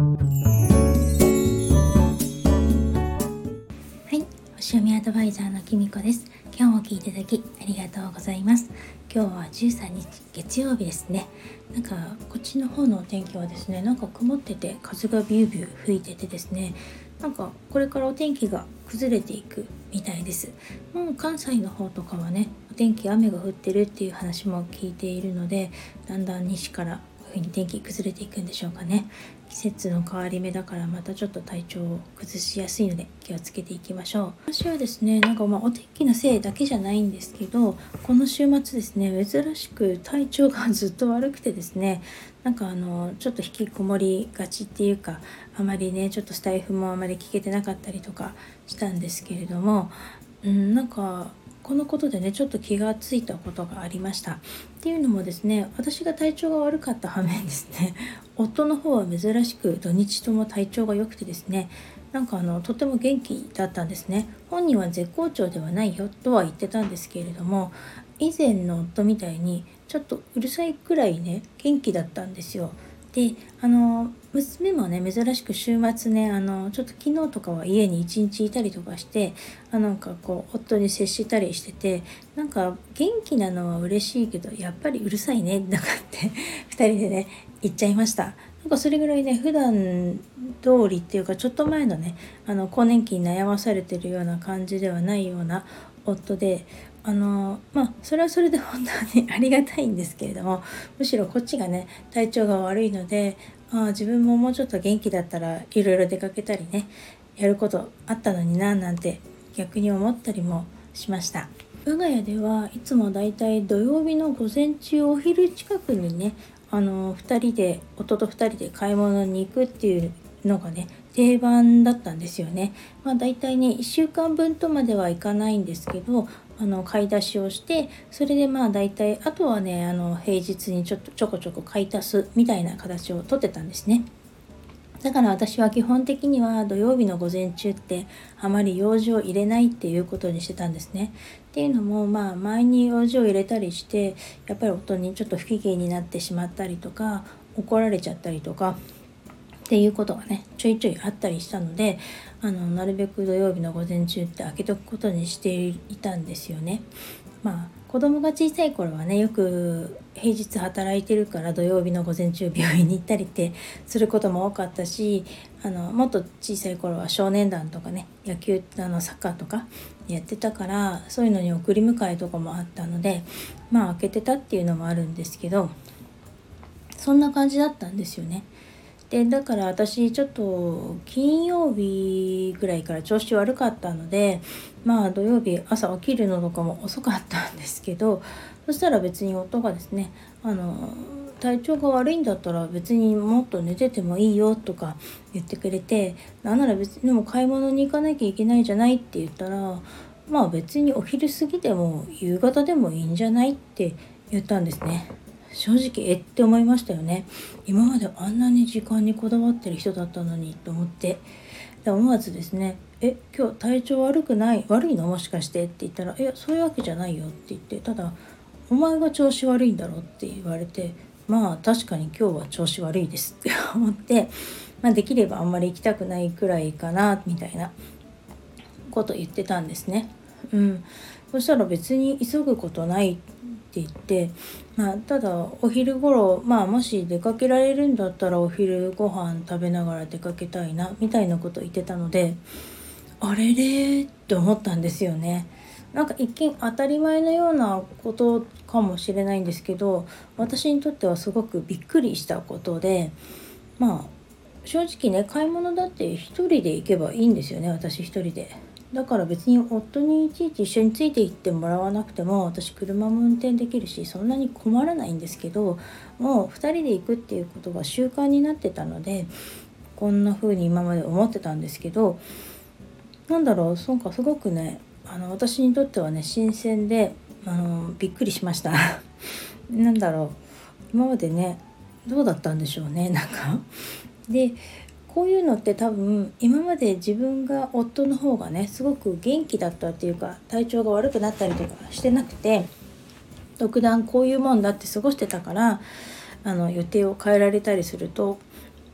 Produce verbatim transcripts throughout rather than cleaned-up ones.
はい、星読みアドバイザーのきみこです。今日も聞いていただきありがとうございます。今日はじゅうさんにち月曜日ですね。なんかこっちの方のお天気はですね、なんか曇ってて風がビュービュー吹いててですね、なんかこれからお天気が崩れていくみたいです。もう関西の方とかはね、お天気雨が降ってるっていう話も聞いているので、だんだん西からこういう風に天気崩れていくんでしょうかね。季節の変わり目だからまたちょっと体調を崩しやすいので気をつけていきましょう。私はですね、なんかまあお天気のせいだけじゃないんですけど、この週末ですね、珍しく体調がずっと悪くてですね、なんかあのちょっと引きこもりがちっていうか、あまりねちょっとスタイフもあまり聞けてなかったりとかしたんですけれども、うん、なんかこのことでねちょっと気がついたことがありました。っていうのもですね、私が体調が悪かった反面ですね、夫の方は珍しく土日とも体調が良くてですね、なんかあのとても元気だったんですね。本人は絶好調ではないよとは言ってたんですけれども、以前の夫みたいにちょっとうるさいくらいね元気だったんですよ。で、あの娘もね珍しく週末ね、あのちょっと昨日とかは家に一日いたりとかして、あなんかこう夫に接したりしてて、なんか元気なのは嬉しいけどやっぱりうるさいねだからってふたりでね言っちゃいました。なんかそれぐらいね普段通りっていうか、ちょっと前のねあの更年期に悩まされてるような感じではないような夫で、あのまあそれはそれで本当にありがたいんですけれども、むしろこっちがね体調が悪いので、あ自分ももうちょっと元気だったらいろいろ出かけたりねやることあったのにななんて逆に思ったりもしました。我が家ではいつもだいたい土曜日の午前中お昼近くにね、あのふたりで夫とふたりで買い物に行くっていうのがね定番だったんですよね。まあだいたいねいっしゅうかんぶんとまではいかないんですけど、あの買い出しをして、それでまあだいたいあとはねあの平日にちょっとちょこちょこ買い足すみたいな形をとってたんですね。だから私は基本的には土曜日の午前中ってあまり用事を入れないっていうことにしてたんですね。っていうのもまあ前に用事を入れたりして、やっぱり夫にちょっと不機嫌になってしまったりとか怒られちゃったりとかっていうことがねちょいちょいあったりしたので、あのなるべく土曜日の午前中って開けとくことにしていたんですよね。まあ子供が小さい頃はねよく平日働いてるから土曜日の午前中病院に行ったりってすることも多かったし、あのもっと小さい頃は少年団とかね野球あのサッカーとかやってたから、そういうのに送り迎えとかもあったので、まあ開けてたっていうのもあるんですけど、そんな感じだったんですよね。でだから私ちょっと金曜日ぐらいから調子悪かったので、まあ土曜日朝起きるのとかも遅かったんですけど、そしたら別に夫がですね、あの体調が悪いんだったら別にもっと寝ててもいいよとか言ってくれて、なんなら別にでも買い物に行かなきゃいけないじゃないって言ったら、まあ別にお昼過ぎでも夕方でもいいんじゃないって言ったんですね。正直えって思いましたよね。今まであんなに時間にこだわってる人だったのにと思って、で思わずですね、え今日体調悪くない悪いのもしかしてって言ったら、いやそういうわけじゃないよって言って、ただお前が調子悪いんだろって言われて、まあ確かに今日は調子悪いですって思って、まあ、できればあんまり行きたくないくらいかなみたいなこと言ってたんですね。うん、そしたら別に急ぐことないって言って、まあ、ただお昼頃、まあ、もし出かけられるんだったらお昼ご飯食べながら出かけたいなみたいなことを言ってたので、あれれって思ったんですよね。なんか一見当たり前のようなことかもしれないんですけど、私にとってはすごくびっくりしたことで、まあ正直ね買い物だって一人で行けばいいんですよね、私一人で。だから別に夫にいちいち一緒について行ってもらわなくても私車も運転できるし、そんなに困らないんですけど、もうふたりで行くっていうことが習慣になってたのでこんな風に今まで思ってたんですけど、なんだろう、そうかすごくねあの私にとってはね新鮮で、あのびっくりしましたなんだろう、今までねどうだったんでしょうね、なんかでこういうのって多分今まで自分が夫の方がねすごく元気だったっていうか体調が悪くなったりとかしてなくて、特段こういうもんだって過ごしてたから、あの予定を変えられたりすると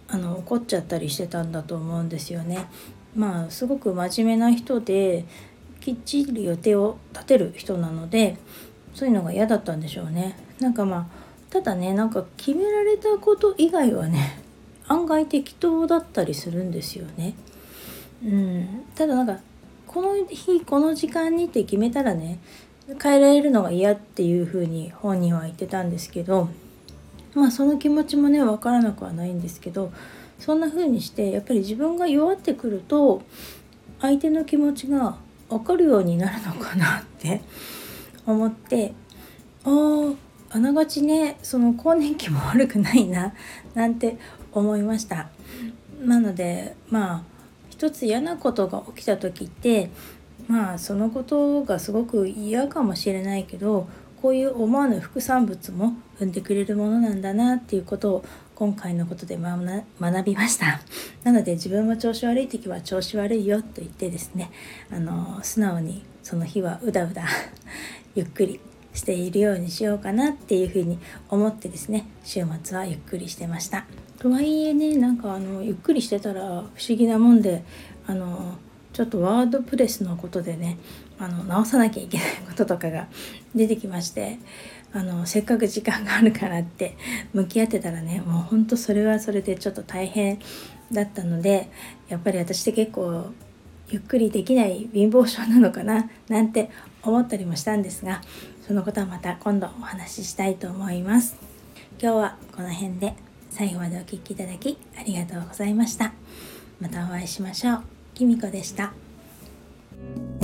あの怒っちゃったりしてたんだと思うんですよね。まあすごく真面目な人できっちり予定を立てる人なので、そういうのが嫌だったんでしょうね。なんかまあただね、なんか決められたこと以外はね案外適当だったりするんですよね。うん、ただなんかこの日この時間にって決めたらね変えられるのが嫌っていうふうに本人は言ってたんですけど、まあその気持ちもね分からなくはないんですけど、そんな風にしてやっぱり自分が弱ってくると相手の気持ちが分かるようになるのかなって思って、あああながちねその更年期も悪くないななんて思いました。なのでまあ一つ嫌なことが起きた時って、まあそのことがすごく嫌かもしれないけど、こういう思わぬ副産物も生んでくれるものなんだなっていうことを今回のことで学びました。なので自分も調子悪い時は調子悪いよと言ってですね、あの素直にその日はうだうだゆっくりしているようにしようかなっていうふうに思ってですね、週末はゆっくりしてました。とはいえね、なんかあのゆっくりしてたら不思議なもんで、あのちょっとワードプレスのことでね、あの直さなきゃいけないこととかが出てきまして、あのせっかく時間があるからって向き合ってたらね、もうほんとそれはそれでちょっと大変だったので、やっぱり私って結構ゆっくりできない貧乏症なのかななんて思ったりもしたんですが、そのことはまた今度お話ししたいと思います。今日はこの辺で、最後までお聞きいただきありがとうございました。またお会いしましょう。きみこでした。